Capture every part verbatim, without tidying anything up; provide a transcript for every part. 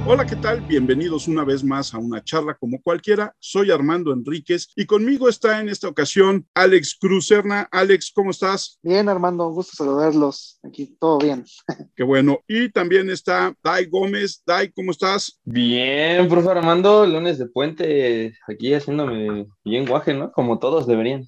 Hola, ¿qué tal? Bienvenidos una vez más a una charla como cualquiera. Soy Armando Enríquez y conmigo está en esta ocasión Alex Cruz Serna. Alex, ¿cómo estás? Bien, Armando, un gusto saludarlos. Aquí todo bien. Qué bueno. Y también está Dai Gómez. Dai, ¿cómo estás? Bien, profe Armando, lunes de puente, aquí haciéndome bien guaje, ¿no? Como todos deberían.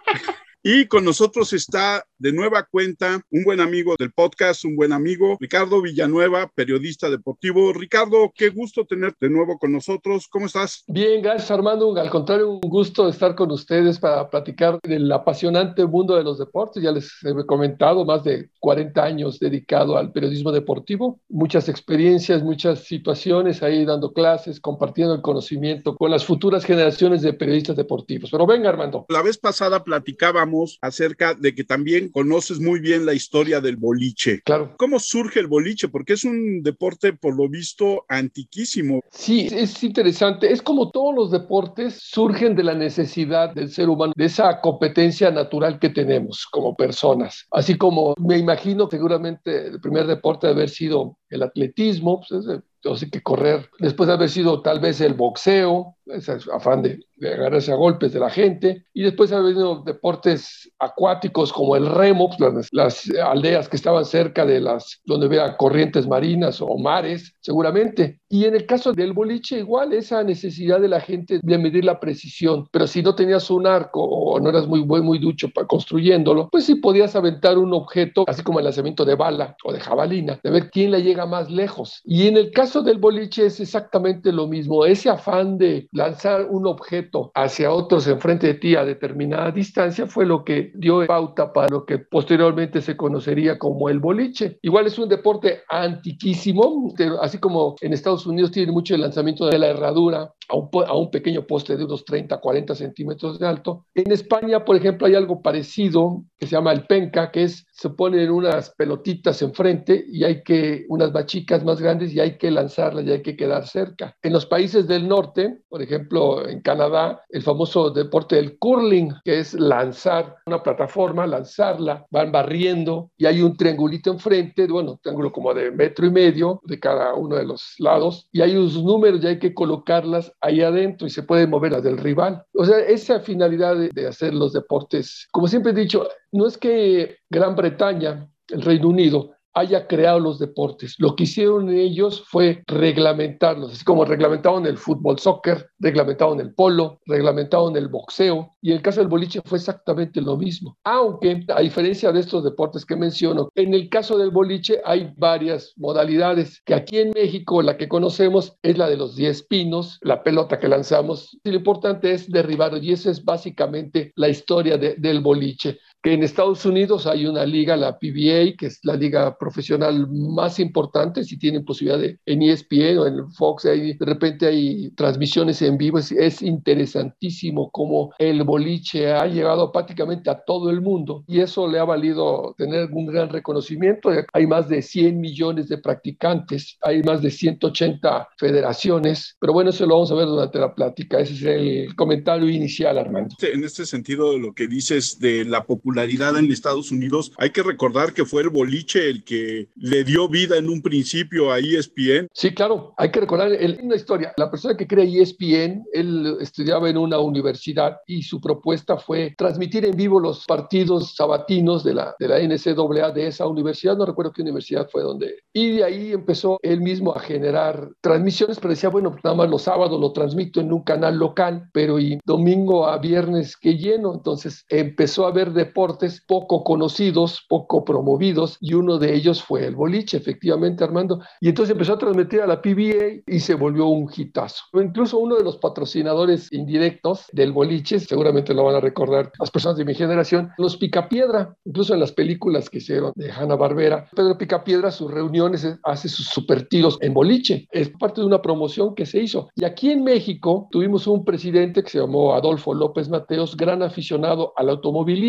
Y con nosotros está de nueva cuenta un buen amigo del podcast, un buen amigo, Ricardo Villanueva, periodista deportivo. Ricardo, qué gusto tenerte de nuevo con nosotros. ¿Cómo estás? Bien, gracias Armando. Al contrario, un gusto estar con ustedes para platicar del apasionante mundo de los deportes. Ya les he comentado, más de cuarenta años dedicado al periodismo deportivo, muchas experiencias, muchas situaciones ahí dando clases, compartiendo el conocimiento con las futuras generaciones de periodistas deportivos. Pero venga, Armando. La vez pasada platicábamos acerca de que también conoces muy bien la historia del boliche. Claro. ¿Cómo surge el boliche? Porque es un deporte, por lo visto, antiquísimo. Sí, es interesante. Es como todos los deportes surgen de la necesidad del ser humano, de esa competencia natural que tenemos como personas. Así como me imagino seguramente el primer deporte de haber sido el atletismo, pues es así que correr, después de haber sido tal vez el boxeo, ese afán de, de agarrarse a golpes de la gente, y después ha habido deportes acuáticos como el remo, pues las, las aldeas que estaban cerca de las, donde había corrientes marinas o mares, seguramente. Y en el caso del boliche igual, esa necesidad de la gente de medir la precisión, pero si no tenías un arco o no eras muy buen, muy ducho para construyéndolo, pues sí podías aventar un objeto, así como el lanzamiento de bala o de jabalina, de ver quién le llega más lejos. Y en el caso del boliche es exactamente lo mismo, ese afán de lanzar un objeto hacia otros enfrente de ti a determinada distancia fue lo que dio pauta para lo que posteriormente se conocería como el boliche. Igual es un deporte antiquísimo, así como en Estados Unidos tiene mucho el lanzamiento de la herradura a un, a un pequeño poste de unos treinta, cuarenta centímetros de alto. En España, por ejemplo, hay algo parecido que se llama el penca, que es, se ponen unas pelotitas enfrente y hay que, unas bachicas más grandes y hay que lanzarlas y hay que quedar cerca. En los países del norte, por ejemplo, en Canadá, el famoso deporte del curling, que es lanzar una plataforma, lanzarla, van barriendo y hay un triangulito enfrente, bueno, un triángulo como de metro y medio de cada uno de los lados y hay unos números y hay que colocarlas ahí adentro y se puede mover las del rival. O sea, esa finalidad de, de hacer los deportes, como siempre he dicho, no es que Gran Bretaña, el Reino Unido, haya creado los deportes. Lo que hicieron ellos fue reglamentarlos, así como reglamentaron el fútbol, soccer, reglamentaron el polo, reglamentaron el boxeo, y en el caso del boliche fue exactamente lo mismo. Aunque, a diferencia de estos deportes que menciono, en el caso del boliche hay varias modalidades, que aquí en México la que conocemos es la de los diez pinos, la pelota que lanzamos, y lo importante es derribar, y esa es básicamente la historia de, del boliche. Que en Estados Unidos hay una liga, la P B A, que es la liga profesional más importante, si tienen posibilidad de en E S P N o en Fox, ahí de repente hay transmisiones en vivo, es, es interesantísimo cómo el boliche ha llegado prácticamente a todo el mundo y eso le ha valido tener un gran reconocimiento. Hay más de cien millones de practicantes, hay más de ciento ochenta federaciones, pero bueno, eso lo vamos a ver durante la plática, ese es el comentario inicial, Armando. En este sentido, de lo que dices de la popularidad en Estados Unidos, hay que recordar que fue el boliche el que le dio vida en un principio a E S P N. Sí, claro, hay que recordar el, una historia. La persona que crea E S P N, él estudiaba en una universidad y su propuesta fue transmitir en vivo los partidos sabatinos de la, de la N C A A de esa universidad, no recuerdo qué universidad fue donde. Y de ahí empezó él mismo a generar transmisiones, pero decía, bueno, nada más los sábados lo transmito en un canal local, pero y domingo a viernes qué lleno. Entonces empezó a haber deportes poco conocidos, poco promovidos, y uno de ellos fue el boliche, efectivamente, Armando. Y entonces empezó a transmitir a la P B A y se volvió un hitazo. Incluso uno de los patrocinadores indirectos del boliche, seguramente lo van a recordar las personas de mi generación, los Picapiedra. Incluso en las películas que hicieron de Hanna-Barbera, Pedro Picapiedra, sus reuniones, hace sus super tiros en boliche. Es parte de una promoción que se hizo. Y aquí en México tuvimos un presidente que se llamó Adolfo López Mateos, gran aficionado al automovilismo,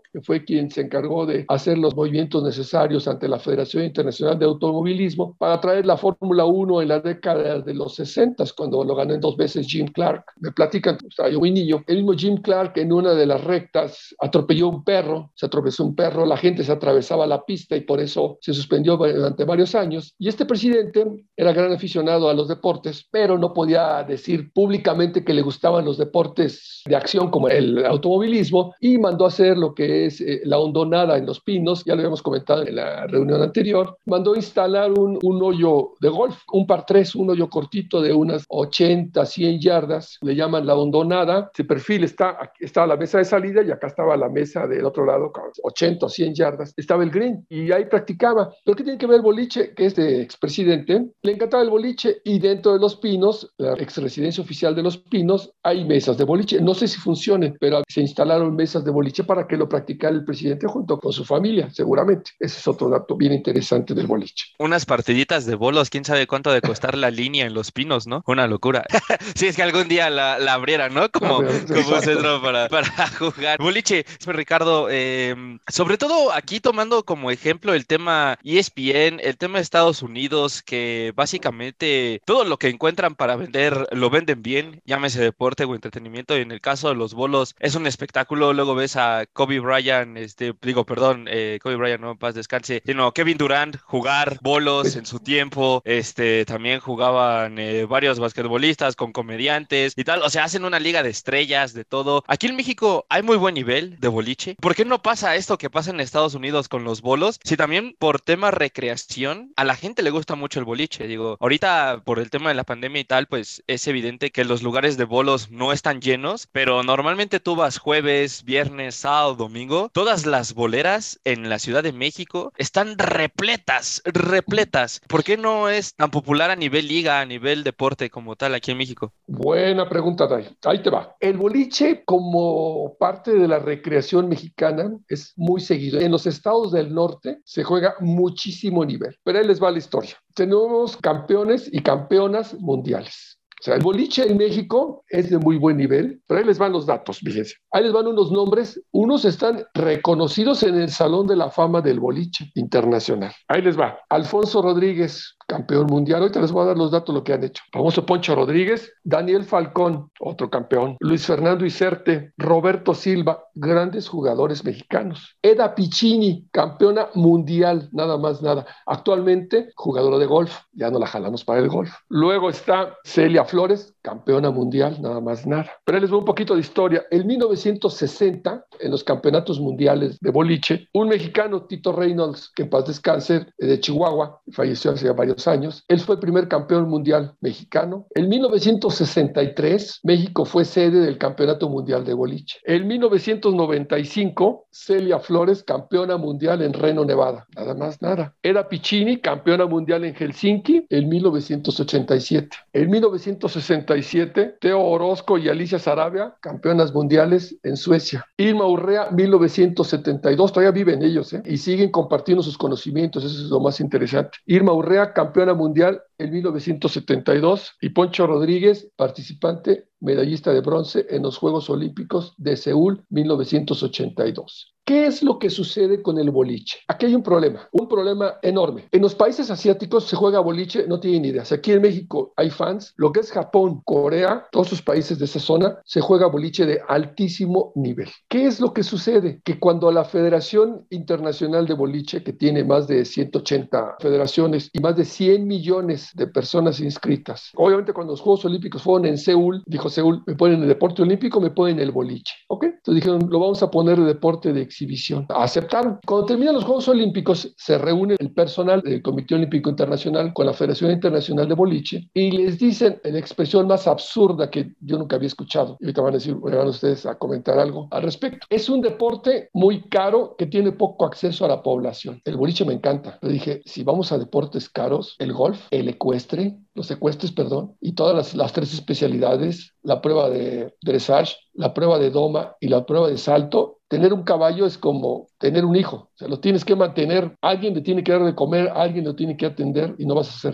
que fue quien se encargó de hacer los movimientos necesarios ante la Federación Internacional de Automovilismo para traer la Fórmula uno en la década de los sesenta, cuando lo ganó en dos veces Jim Clark. Me platican, estaba yo muy niño, el mismo Jim Clark en una de las rectas atropelló un perro, se atravesó un perro, la gente se atravesaba la pista y por eso se suspendió durante varios años. Y este presidente era gran aficionado a los deportes, pero no podía decir públicamente que le gustaban los deportes de acción como el automovilismo, y mandó a hacer lo que es eh, la hondonada en Los Pinos, ya lo habíamos comentado en la reunión anterior. Mandó instalar un, un hoyo de golf, un par tres, un hoyo cortito de unas ochenta, cien yardas, le llaman la hondonada. Ese perfil está, estaba la mesa de salida y acá estaba la mesa del otro lado, ochenta o cien yardas, estaba el green y ahí practicaba. ¿Pero qué tiene que ver el boliche? Que este expresidente le encantaba el boliche, y dentro de Los Pinos, la exresidencia oficial de Los Pinos, hay mesas de boliche. No sé si funcionen, pero se instalaron mesas de boliche para que lo practicara el presidente junto con su familia, seguramente. Ese es otro dato bien interesante del boliche. Unas partiditas de bolos, quién sabe cuánto de costar la línea en Los Pinos, ¿no? Una locura. Si es que algún día la, la abrieran, ¿no? Como, ver, como centro para, para jugar. Boliche, Ricardo, eh, sobre todo aquí tomando como ejemplo el tema E S P N, el tema de Estados Unidos, que básicamente todo lo que encuentran para vender, lo venden bien, llámese deporte o entretenimiento, y en el caso de los bolos es un espectáculo. Luego ves a Kobe Bryant, este, digo, perdón, eh, Kobe Bryant, no en paz descanse, sino Kevin Durant jugar bolos en su tiempo. Este, también jugaban eh, varios basquetbolistas con comediantes y tal, o sea, hacen una liga de estrellas, de todo. Aquí en México hay muy buen nivel de boliche. ¿Por qué no pasa esto que pasa en Estados Unidos con los bolos? Si también por tema recreación, a la gente le gusta mucho el boliche. Digo, ahorita por el tema de la pandemia y tal, pues es evidente que los lugares de bolos no están llenos, pero normalmente tú vas jueves, viernes, sábado, domingo, todas las boleras en la Ciudad de México están repletas, repletas. ¿Por qué no es tan popular a nivel liga, a nivel deporte como tal aquí en México? Buena pregunta, Day. Ahí te va. El boliche, como parte de la recreación mexicana, es muy seguido. En los estados del norte se juega muchísimo nivel, pero ahí les va la historia. Tenemos campeones y campeonas mundiales. O sea, el boliche en México es de muy buen nivel, pero ahí les van los datos, fíjense. Ahí les van unos nombres. Unos están reconocidos en el Salón de la Fama del Boliche Internacional. Ahí les va. Alfonso Rodríguez, campeón mundial. Ahorita les voy a dar los datos de lo que han hecho. Famoso Poncho Rodríguez, Daniel Falcón, otro campeón, Luis Fernando Iserte, Roberto Silva, grandes jugadores mexicanos. Eda Piccini, campeona mundial, nada más nada. Actualmente jugadora de golf, ya no la jalamos para el golf. Luego está Celia Flores, campeona mundial, nada más nada. Pero les voy un poquito de historia. En mil novecientos sesenta, en los campeonatos mundiales de boliche, un mexicano, Tito Reynolds, que en paz descanse, de Chihuahua, falleció hace varios años, él fue el primer campeón mundial mexicano. En mil novecientos sesenta y tres, México fue sede del Campeonato Mundial de Boliche. En mil novecientos noventa y cinco, Celia Flores, campeona mundial en Reno, Nevada. Nada más, nada. Eda Piccini, campeona mundial en Helsinki en mil novecientos ochenta y siete. En mil novecientos sesenta y siete, Teo Orozco y Alicia Sarabia, campeonas mundiales en Suecia. Irma Urrea, mil novecientos setenta y dos, todavía viven ellos, ¿eh? Y siguen compartiendo sus conocimientos, eso es lo más interesante. Irma Urrea, campeona mundial en mil novecientos setenta y dos, y Poncho Rodríguez, participante, medallista de bronce en los Juegos Olímpicos de Seúl mil novecientos ochenta y dos. ¿Qué es lo que sucede con el boliche? Aquí hay un problema, un problema enorme. En los países asiáticos se juega boliche, no tienen idea. O sea, aquí en México hay fans. Lo que es Japón, Corea, todos sus países de esa zona, se juega boliche de altísimo nivel. ¿Qué es lo que sucede? Que cuando la Federación Internacional de Boliche, que tiene más de ciento ochenta federaciones y más de cien millones de personas inscritas, obviamente cuando los Juegos Olímpicos fueron en Seúl, dijo Seúl, me ponen el deporte olímpico, me ponen el boliche. ¿Ok? Entonces dijeron, lo vamos a poner de deporte de exhibición. Aceptaron. Cuando terminan los Juegos Olímpicos, se reúne el personal del Comité Olímpico Internacional con la Federación Internacional de Boliche y les dicen la expresión más absurda que yo nunca había escuchado. Y ahorita van a decir, van ustedes a comentar algo al respecto. Es un deporte muy caro que tiene poco acceso a la población. El boliche me encanta. Le dije, si vamos a deportes caros, el golf, el ecuestre, los ecuestres, perdón, y todas las, las tres especialidades, la prueba de dressage, la prueba de doma y la prueba de salto. Tener un caballo es como tener un hijo. O sea, lo tienes que mantener, alguien le tiene que dar de comer, alguien lo tiene que atender y no vas a ser tú.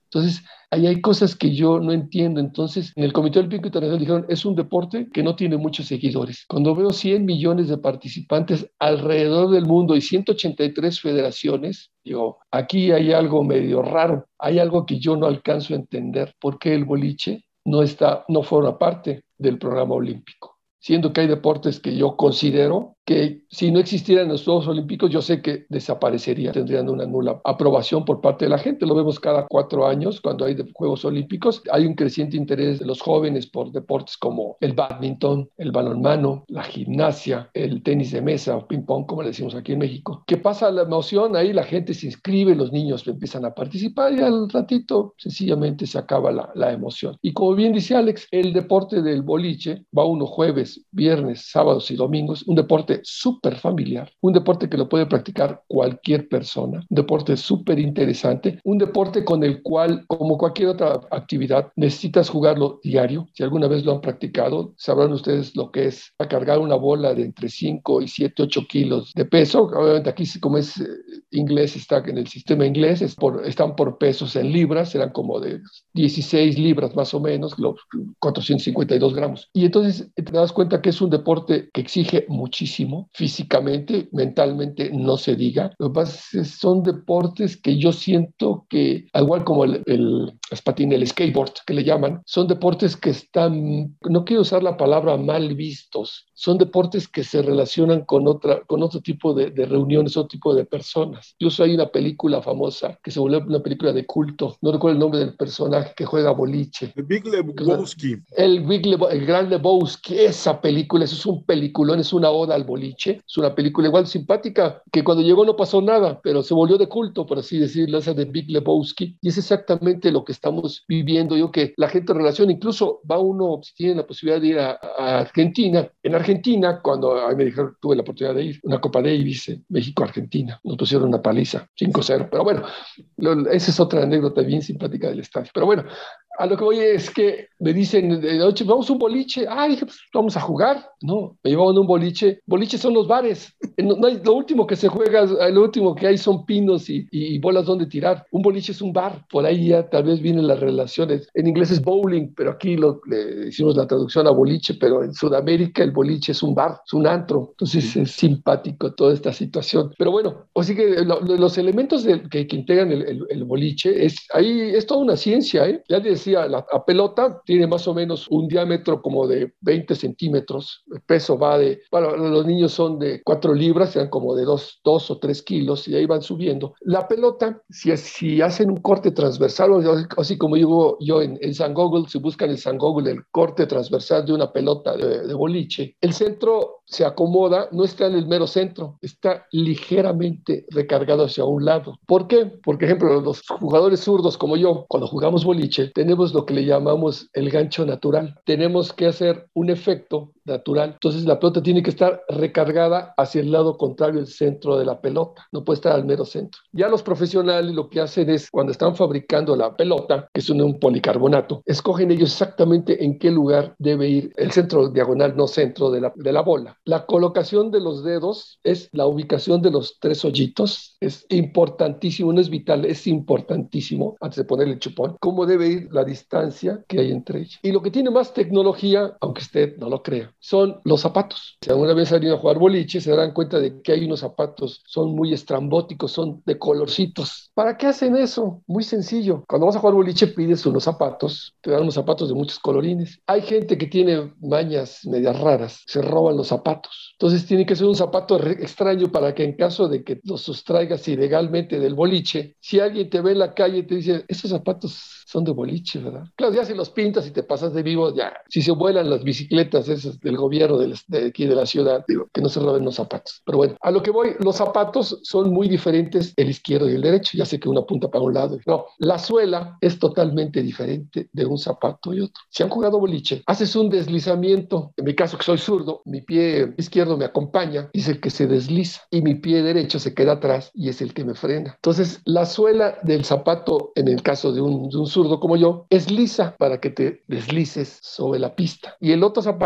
Entonces, ahí hay cosas que yo no entiendo. Entonces, en el Comité Olímpico Internacional dijeron, es un deporte que no tiene muchos seguidores. Cuando veo cien millones de participantes alrededor del mundo y ciento ochenta y tres federaciones, digo, aquí hay algo medio raro, hay algo que yo no alcanzo a entender. ¿Por qué el boliche no está, no forma parte del programa olímpico? Siendo que hay deportes que yo considero que si no existieran los Juegos Olímpicos, yo sé que desaparecería, tendrían una nula aprobación por parte de la gente. Lo vemos cada cuatro años cuando hay Juegos Olímpicos. Hay un creciente interés de los jóvenes por deportes como el bádminton, el balonmano, la gimnasia, el tenis de mesa o ping-pong, como le decimos aquí en México. ¿Qué pasa? La emoción, ahí la gente se inscribe, los niños empiezan a participar y al ratito sencillamente se acaba la, la emoción. Y como bien dice Alex, el deporte del boliche va uno jueves, viernes, sábados y domingos, un deporte súper familiar, un deporte que lo puede practicar cualquier persona, un deporte súper interesante, un deporte con el cual, como cualquier otra actividad, necesitas jugarlo diario. Si alguna vez lo han practicado, sabrán ustedes lo que es cargar una bola de entre cinco y siete, ocho kilos de peso. Obviamente aquí, como es eh, inglés, está en el sistema inglés, es por, están por pesos en libras, serán como de dieciséis libras más o menos, los cuatrocientos cincuenta y dos gramos. Y entonces te das cuenta que es un deporte que exige muchísimo físicamente, mentalmente, no se diga. Lo que pasa es que son deportes que yo siento que, al igual como el, el, el patín, el skateboard, que le llaman, son deportes que están, no quiero usar la palabra mal vistos, son deportes que se relacionan con, otra, con otro tipo de, de reuniones, otro tipo de personas. Yo soy una película famosa que se volvió una película de culto, no recuerdo el nombre del personaje que juega boliche. El Big Lebowski. El, Big Lebo, el Gran Lebowski, esa película, eso es un peliculón, es una oda al boliche. Es una película igual simpática, que cuando llegó no pasó nada, pero se volvió de culto, por así decirlo, esa de Big Lebowski, y es exactamente lo que estamos viviendo. Yo que la gente relaciona, incluso va uno, si tiene la posibilidad de ir a, a Argentina, en Argentina, cuando a mí me dijeron, tuve la oportunidad de ir, una Copa Davis, eh, México-Argentina, nos pusieron una paliza, cinco cero, pero bueno, lo, esa es otra anécdota bien simpática del estadio, pero bueno, a lo que voy es que me dicen de noche, vamos a un boliche. Ah, dije, pues vamos a jugar. No, me llevaban a un boliche. Boliches son los bares. No, no hay, lo último que se juega, lo último que hay son pinos y, y bolas donde tirar. Un boliche es un bar. Por ahí ya tal vez vienen las relaciones. En inglés es bowling, pero aquí lo, le hicimos la traducción a boliche, pero en Sudamérica el boliche es un bar, es un antro. Entonces es simpático toda esta situación. Pero bueno, así que lo, lo, los elementos de, que, que integran el, el, el boliche, es, ahí es toda una ciencia, ¿eh? Ya decía, La, la pelota tiene más o menos un diámetro como de veinte centímetros, el peso va de, bueno, los niños son de cuatro libras, sean como de dos o tres kilos y ahí van subiendo. La pelota, si, si hacen un corte transversal, así como digo yo en, en San Google, si buscan en San Google el corte transversal de una pelota de, de boliche, el centro se acomoda, no está en el mero centro, está ligeramente recargado hacia un lado. ¿Por qué? Porque, por ejemplo, los jugadores zurdos como yo, cuando jugamos boliche, tenemos lo que le llamamos el gancho natural. Tenemos que hacer un efecto natural. Entonces la pelota tiene que estar recargada hacia el lado contrario del centro de la pelota. No puede estar al mero centro. Ya los profesionales lo que hacen es, cuando están fabricando la pelota, que es un, un policarbonato, escogen ellos exactamente en qué lugar debe ir el centro diagonal, no centro de la, de la bola. La colocación de los dedos es la ubicación de los tres hoyitos. Es importantísimo, no es vital, es importantísimo, antes de ponerle el chupón, cómo debe ir la distancia que hay entre ellos. Y lo que tiene más tecnología, aunque usted no lo crea, son los zapatos. Si alguna vez han ido a jugar boliche, se darán cuenta de que hay unos zapatos, son muy estrambóticos, son de colorcitos. ¿Para qué hacen eso? Muy sencillo. Cuando vas a jugar boliche, pides unos zapatos, te dan unos zapatos de muchos colorines. Hay gente que tiene mañas medias raras, se roban los zapatos. Entonces tiene que ser un zapato extraño para que en caso de que los sustraigas ilegalmente del boliche, si alguien te ve en la calle y te dice, esos zapatos son de boliche, ¿verdad? Claro, ya si los pintas y te pasas de vivo, ya. Si se vuelan las bicicletas esas del gobierno de, de aquí de la ciudad, digo, que no se roben los zapatos. Pero bueno, a lo que voy, los zapatos son muy diferentes, el izquierdo y el derecho. Ya sé que una punta para un lado. No, la suela es totalmente diferente de un zapato y otro. Si han jugado boliche, haces un deslizamiento. En mi caso, que soy zurdo, mi pie izquierdo me acompaña y es el que se desliza. Y mi pie derecho se queda atrás y es el que me frena. Entonces, la suela del zapato, en el caso de un, de un zurdo como yo, es lisa para que te deslices sobre la pista. Y el otro zapato tiene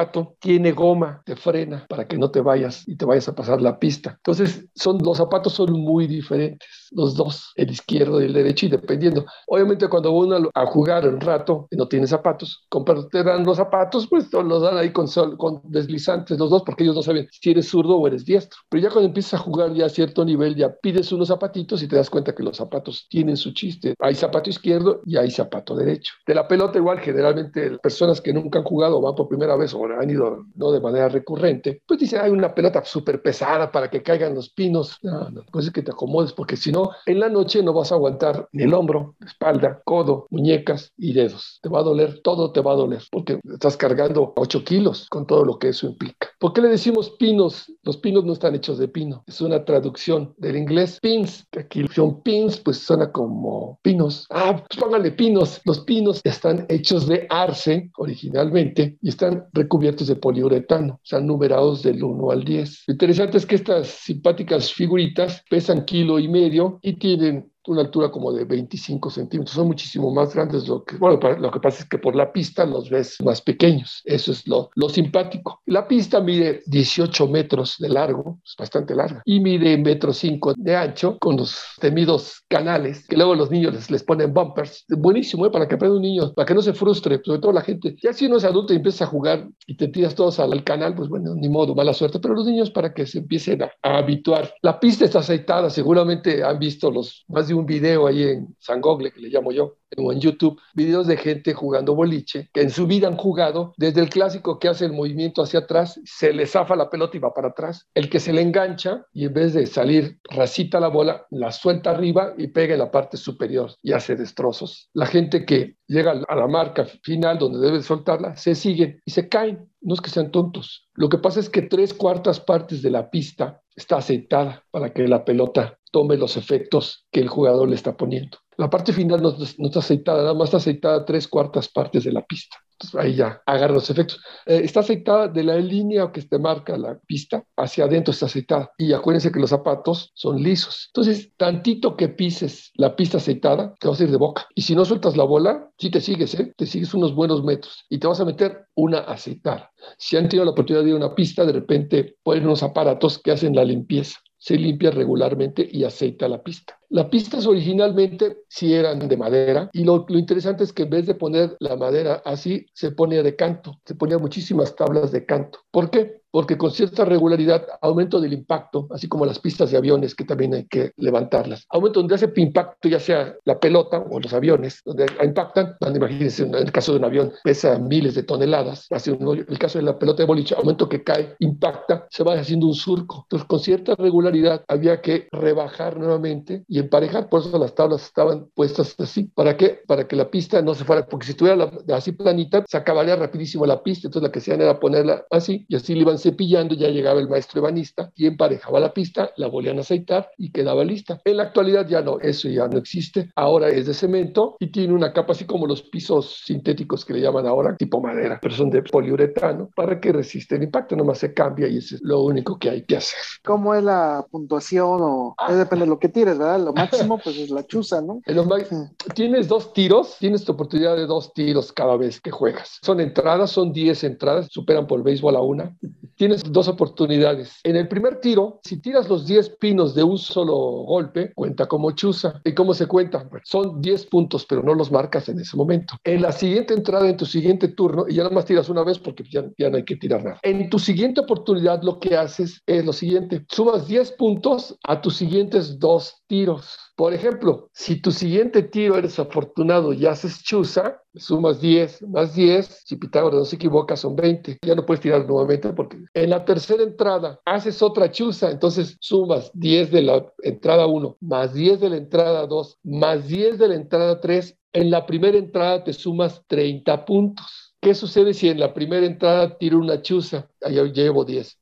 tiene goma, te frena para que no te vayas y te vayas a pasar la pista. Entonces, son, los zapatos son muy diferentes, los dos, el izquierdo y el derecho, y dependiendo. Obviamente, cuando uno a jugar un rato y no tiene zapatos, compra, te dan los zapatos, pues los dan ahí con, sol, con deslizantes los dos, porque ellos no saben si eres zurdo o eres diestro. Pero ya cuando empiezas a jugar ya a cierto nivel, ya pides unos zapatitos y te das cuenta que los zapatos tienen su chiste. Hay zapato izquierdo y hay zapato derecho. De la pelota igual, generalmente personas que nunca han jugado o van por primera vez o han ido no de manera recurrente, pues dicen, hay una pelota súper pesada para que caigan los pinos. No, no, pues es que te acomodes, porque si no, en la noche no vas a aguantar ni el hombro, la espalda, codo, muñecas y dedos. Te va a doler, todo te va a doler, porque estás cargando ocho kilos con todo lo que eso implica. ¿Por qué le decimos pinos? Los pinos no están hechos de pino. Es una traducción del inglés pins, que aquí son pins, pues suena como pinos. Ah, pues póngale pinos. Los pinos están hechos de arce originalmente y están recubiertos de poliuretano. Están numerados del uno al diez. Lo interesante es que estas simpáticas figuritas pesan kilo y medio y tienen una altura como de veinticinco centímetros, son muchísimo más grandes. Lo que, bueno, lo que pasa es que por la pista los ves más pequeños, eso es lo, lo simpático. La pista mide dieciocho metros de largo, es bastante larga, y mide metro cinco de ancho, con los temidos canales, que luego los niños les, les ponen bumpers, buenísimo, ¿eh? Para que aprenda un niño, para que no se frustre, sobre todo la gente, ya si uno es adulto y empieza a jugar y te tiras todos al, al canal, pues bueno, ni modo, mala suerte, pero los niños para que se empiecen a, a habituar. La pista está aceitada, seguramente han visto los más de un video ahí en San Google, que le llamo yo, o en YouTube, videos de gente jugando boliche, que en su vida han jugado, desde el clásico que hace el movimiento hacia atrás, se le zafa la pelota y va para atrás, el que se le engancha y en vez de salir racita la bola, la suelta arriba y pega en la parte superior y hace destrozos. La gente que llega a la marca final donde debe soltarla, se siguen y se caen. No es que sean tontos. Lo que pasa es que tres cuartas partes de la pista está aceitada para que la pelota tome los efectos que el jugador le está poniendo. La parte final no, no está aceitada, nada más está aceitada tres cuartas partes de la pista. Entonces ahí ya agarra los efectos. Eh, está aceitada de la línea que te marca la pista, hacia adentro está aceitada. Y acuérdense que los zapatos son lisos. Entonces, tantito que pises la pista aceitada, te vas a ir de boca. Y si no sueltas la bola, sí te sigues, ¿eh? Te sigues unos buenos metros y te vas a meter una aceitada. Si han tenido la oportunidad de ir a una pista, de repente ponen unos aparatos que hacen la limpieza. Se limpia regularmente y aceita la pista. Las pistas originalmente sí eran de madera y lo, lo interesante es que en vez de poner la madera así, se ponía de canto, se ponían muchísimas tablas de canto. ¿Por qué? Porque con cierta regularidad, aumento del impacto, así como las pistas de aviones que también hay que levantarlas. Aumento donde hace impacto, ya sea la pelota o los aviones, donde impactan, donde imagínense, en el caso de un avión pesa miles de toneladas, hace un, el caso de la pelota de boliche, aumento que cae, impacta, se va haciendo un surco. Entonces, con cierta regularidad había que rebajar nuevamente y emparejar, por eso las tablas estaban puestas así. ¿Para qué? Para que la pista no se fuera, porque si estuviera la, así planita, se acabaría rapidísimo la pista, entonces la que hacían era ponerla así, y así le iban cepillando, ya llegaba el maestro ebanista y emparejaba la pista, la volvían a aceitar y quedaba lista. En la actualidad ya no, eso ya no existe, ahora es de cemento y tiene una capa así como los pisos sintéticos que le llaman ahora, tipo madera, pero son de poliuretano, para que resista el impacto, nomás se cambia y eso es lo único que hay que hacer. ¿Cómo es la puntuación? O ah. Depende de lo que tires, ¿verdad? Lo máximo pues es la chuza, ¿no? En los mag- sí. Tienes dos tiros, tienes tu oportunidad de dos tiros cada vez que juegas. Son entradas, son diez entradas, superan por béisbol a una. Tienes dos oportunidades. En el primer tiro, si tiras los diez pinos de un solo golpe, cuenta como chuza. ¿Y cómo se cuenta? Bueno, son diez puntos, pero no los marcas en ese momento. En la siguiente entrada, en tu siguiente turno, y ya nada más tiras una vez porque ya, ya no hay que tirar nada. En tu siguiente oportunidad, lo que haces es lo siguiente. Sumas diez puntos a tus siguientes dos tiros. Por ejemplo, si tu siguiente tiro eres afortunado y haces chuza, sumas diez más diez, si Pitágoras no se equivoca son veinte, ya no puedes tirar nuevamente porque en la tercera entrada haces otra chuza, entonces sumas diez de la entrada uno, más diez de la entrada dos, más diez de la entrada tres, en la primera entrada te sumas treinta puntos. ¿Qué sucede si en la primera entrada tiro una chuza? Ahí llevo diez.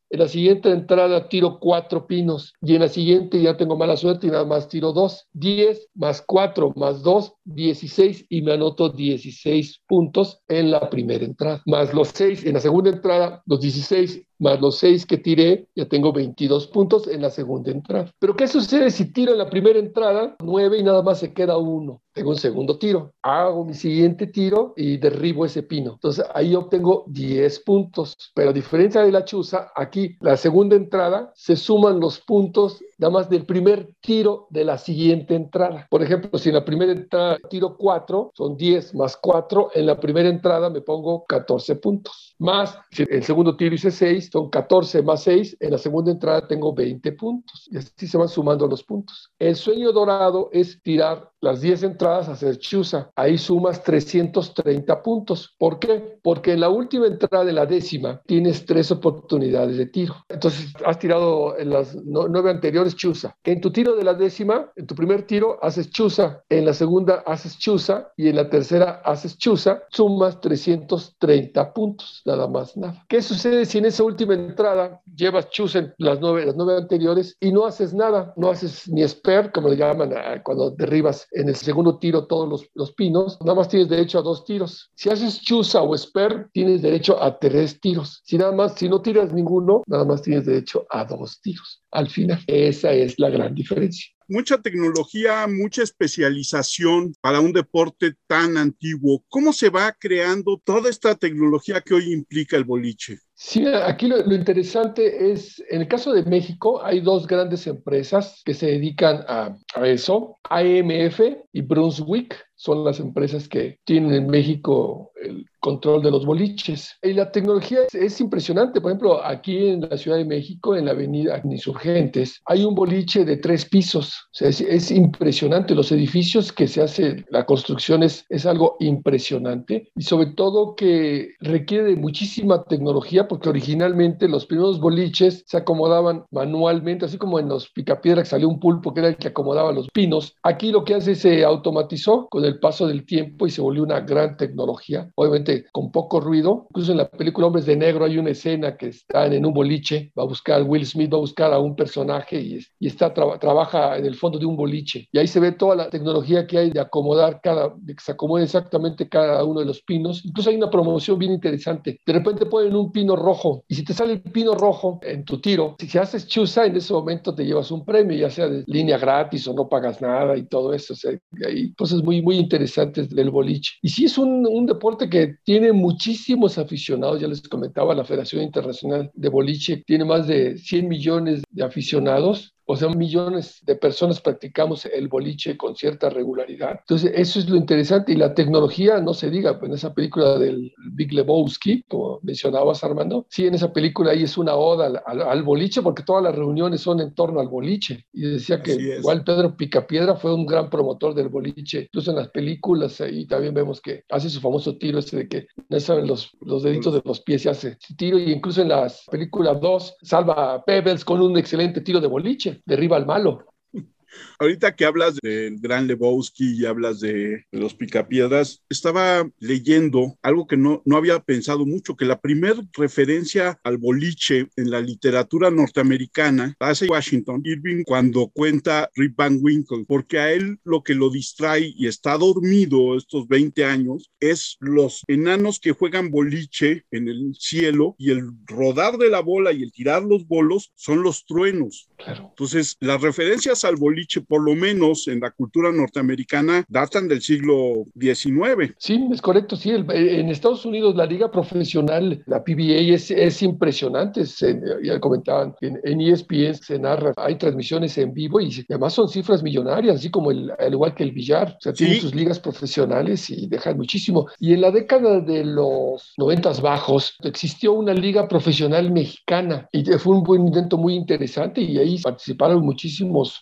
En la siguiente entrada tiro cuatro pinos y en la siguiente ya tengo mala suerte y nada más tiro dos. diez más cuatro más dos, dieciséis y me anoto dieciséis puntos en la primera entrada. Más los seis en la segunda entrada, los dieciséis más los seis que tiré, ya tengo veintidós puntos en la segunda entrada. Pero ¿qué sucede si tiro en la primera entrada nueve y nada más se queda uno? Tengo un segundo tiro. Hago mi siguiente tiro y derribo ese pino. Entonces ahí obtengo diez puntos. Pero a diferencia de la chuza, aquí la segunda entrada se suman los puntos nada más del primer tiro de la siguiente entrada. Por ejemplo, si en la primera entrada tiro cuatro, son diez más cuatro, en la primera entrada me pongo catorce puntos. Más, si el segundo tiro hice seis, son catorce más seis, en la segunda entrada tengo veinte puntos. Y así se van sumando los puntos. El sueño dorado es tirar las diez entradas a hacer chuza. Ahí sumas trescientos treinta puntos. ¿Por qué? Porque en la última entrada de la décima tienes tres oportunidades de tiro. Entonces has tirado en las no, nueve anteriores chuza. En tu tiro de la décima, en tu primer tiro haces chuza, en la segunda haces chuza y en la tercera haces chuza. Sumas trescientos treinta puntos, nada más nada. ¿Qué sucede si en esa última entrada llevas chuza en las nueve, las nueve anteriores y no haces nada? No haces ni spare, como le llaman a, cuando derribas en el segundo tiro todos los, los pinos, nada más tienes derecho a dos tiros. Si haces chuza o spare, tienes derecho a tres tiros. Si nada más, si no tiras ninguno, nada más tienes derecho a dos tiros. Al final, esa es la gran diferencia. Mucha tecnología, mucha especialización para un deporte tan antiguo. ¿Cómo se va creando toda esta tecnología que hoy implica el boliche? Sí, aquí lo, lo interesante es, en el caso de México, hay dos grandes empresas que se dedican a, a eso, A M F y Brunswick. Son las empresas que tienen en México el control de los boliches. Y la tecnología es, es impresionante. Por ejemplo, aquí en la Ciudad de México, en la avenida Insurgentes, hay un boliche de tres pisos. O sea, es, es impresionante. Los edificios que se hace, la construcción es, es algo impresionante. Y sobre todo que requiere de muchísima tecnología, porque originalmente los primeros boliches se acomodaban manualmente, así como en los Picapiedra que salió un pulpo que era el que acomodaba los pinos. Aquí lo que hace se automatizó con el paso del tiempo y se volvió una gran tecnología, obviamente con poco ruido. Incluso en la película Hombres de Negro hay una escena que están en un boliche, va a buscar, Will Smith va a buscar a un personaje y, y está, tra trabaja en el fondo de un boliche. Y ahí se ve toda la tecnología que hay de acomodar cada, de que se acomode exactamente cada uno de los pinos. Incluso hay una promoción bien interesante. De repente ponen un pino rojo y si te sale el pino rojo en tu tiro, si haces chuza, en ese momento te llevas un premio, ya sea de línea gratis o no pagas nada y todo eso. O sea, hay cosas muy, muy interesantes del boliche. Y sí es un, un deporte que tiene muchísimos aficionados. Ya les comentaba, la Federación Internacional de Boliche tiene más de cien millones de aficionados. O sea, millones de personas practicamos el boliche con cierta regularidad. Entonces, eso es lo interesante. Y la tecnología, no se diga, pues en esa película del Big Lebowski, como mencionabas, Armando, sí, en esa película ahí es una oda al, al, al boliche, porque todas las reuniones son en torno al boliche. Y decía que igual Pedro Picapiedra fue un gran promotor del boliche. Incluso en las películas, ahí también vemos que hace su famoso tiro ese de que no saben los, los deditos de los pies, se hace tiro. Y incluso en las películas dos, salva a Pebbles con un excelente tiro de boliche. Derriba al malo. Ahorita que hablas del gran Lebowski y hablas de los Picapiedras, estaba leyendo algo que no, no había pensado mucho, que la primera referencia al boliche en la literatura norteamericana la hace Washington Irving cuando cuenta Rip Van Winkle, porque a él lo que lo distrae y está dormido estos veinte años es los enanos que juegan boliche en el cielo y el rodar de la bola y el tirar los bolos son los truenos. Claro. Entonces, las referencias al boliche, por lo menos en la cultura norteamericana, datan del siglo diecinueve. Sí, es correcto, sí. El, en Estados Unidos la liga profesional, la P B A, es, es impresionante. Se, ya comentaban, en, en E S P N se narra, hay transmisiones en vivo y además son cifras millonarias, así como el, al igual que el billar. O sea, tienen sí. sus ligas profesionales y dejan muchísimo. Y en la década de los noventas bajos existió una liga profesional mexicana y fue un buen intento muy interesante y ahí participaron muchísimos jugadores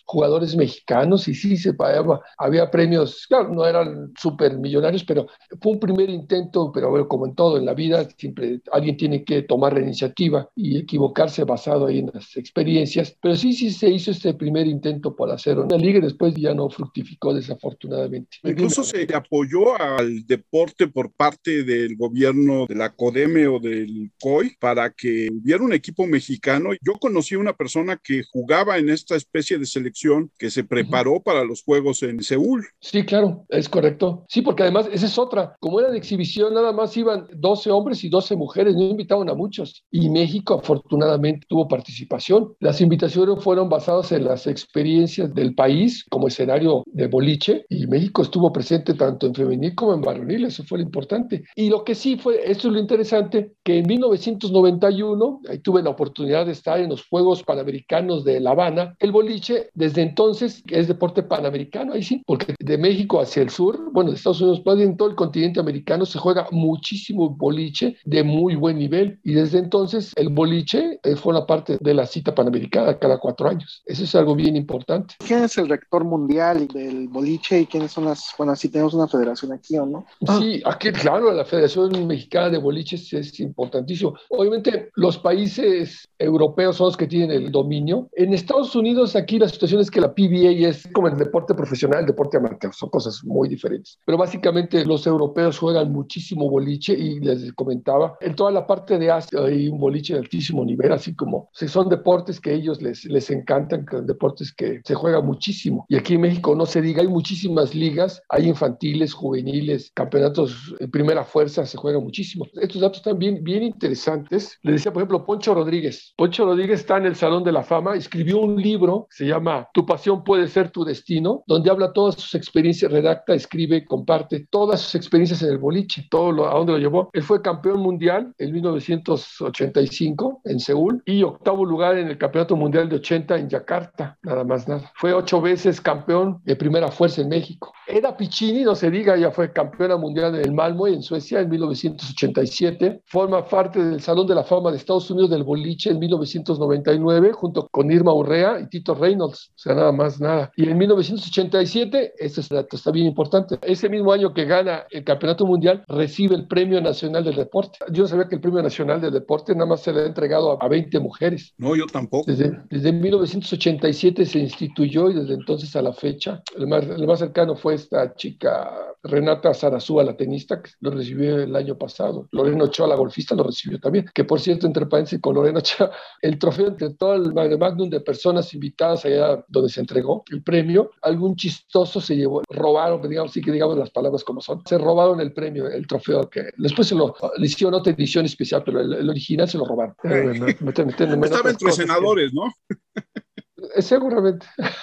jugadores mexicanos y sí se pagaba, había premios, claro, no eran súper millonarios, pero fue un primer intento, pero bueno, como en todo en la vida, siempre alguien tiene que tomar la iniciativa y equivocarse basado ahí en las experiencias, pero sí, sí se hizo este primer intento por hacer una liga y después ya no fructificó desafortunadamente. Incluso se apoyó al deporte por parte del gobierno de la CODEME o del C O I para que hubiera un equipo mexicano. Yo conocí a una persona que jugaba en esta especie de selección que se preparó uh-huh. para los Juegos en Seúl. Sí, claro, es correcto. Sí, porque además esa es otra. Como era de exhibición, nada más iban doce hombres y doce mujeres, no invitaban a muchos. Y México afortunadamente tuvo participación. Las invitaciones fueron basadas en las experiencias del país como escenario de boliche y México estuvo presente tanto en femenil como en varonil, eso fue lo importante. Y lo que sí fue, esto es lo interesante, que en mil novecientos noventa y uno, ahí tuve la oportunidad de estar en los Juegos Panamericanos de La Habana, el boliche desde entonces es deporte panamericano, ahí sí, porque de México hacia el sur, bueno, de Estados Unidos, más bien en todo el continente americano se juega muchísimo boliche de muy buen nivel y desde entonces el boliche eh, forma parte de la cita panamericana cada cuatro años. Eso es algo bien importante. ¿Quién es el rector mundial del boliche y quiénes son las, bueno, si tenemos una federación aquí o no? Sí, aquí, claro, la Federación Mexicana de Boliches es importantísimo. Obviamente, los países europeos son los que tienen el dominio. En Estados Unidos, aquí la situación es que la P B A es como el deporte profesional, el deporte amateur, son cosas muy diferentes. Pero básicamente los europeos juegan muchísimo boliche y les comentaba, en toda la parte de Asia hay un boliche de altísimo nivel, así como si son deportes que a ellos les, les encantan, que son deportes que se juega muchísimo. Y aquí en México no se diga, hay muchísimas ligas, hay infantiles, juveniles, campeonatos en primera fuerza, se juega muchísimo. Estos datos están bien, bien interesantes. Le decía, por ejemplo, Poncho Rodríguez. Poncho Rodríguez está en el Salón de la Fama, escribió un libro, se llama Tu pasión puede ser tu destino, donde habla todas sus experiencias, redacta, escribe, comparte todas sus experiencias en el boliche, todo lo, a dónde lo llevó. Él fue campeón mundial en mil novecientos ochenta y cinco en Seúl y octavo lugar en el Campeonato Mundial de ochenta en Yakarta, nada más nada. Fue ocho veces campeón de primera fuerza en México. Eda Piccini, no se diga, ya fue campeona mundial en el Malmö en Suecia en mil novecientos ochenta y siete. Forma parte del Salón de la Fama de Estados Unidos del boliche en mil novecientos noventa y nueve junto con Irma Urrea y Tito Reynolds, o sea, nada más nada. Y en mil novecientos ochenta y siete, este dato está bien importante, ese mismo año que gana el Campeonato Mundial, recibe el Premio Nacional del Deporte. Yo no sabía que el Premio Nacional del Deporte nada más se le ha entregado a, a veinte mujeres. No, yo tampoco. Desde, desde mil novecientos ochenta y siete se instituyó y desde entonces a la fecha, el más, el más cercano fue esta chica Renata Zarazúa, la tenista, que lo recibió el año pasado. Lorena Ochoa, la golfista, lo recibió también. Que por cierto, entre paréntesis, con Lorena Ochoa, el trofeo entre todo el magnum de personas invitadas allá donde se entregó el premio, algún chistoso se llevó, robaron, digamos, sí que digamos las palabras como son, se robaron el premio, el trofeo, que después se lo le hicieron otra edición especial, pero el, el original se lo robaron. Me, me, me, me Estaba entre senadores, que... ¿no? Seguramente.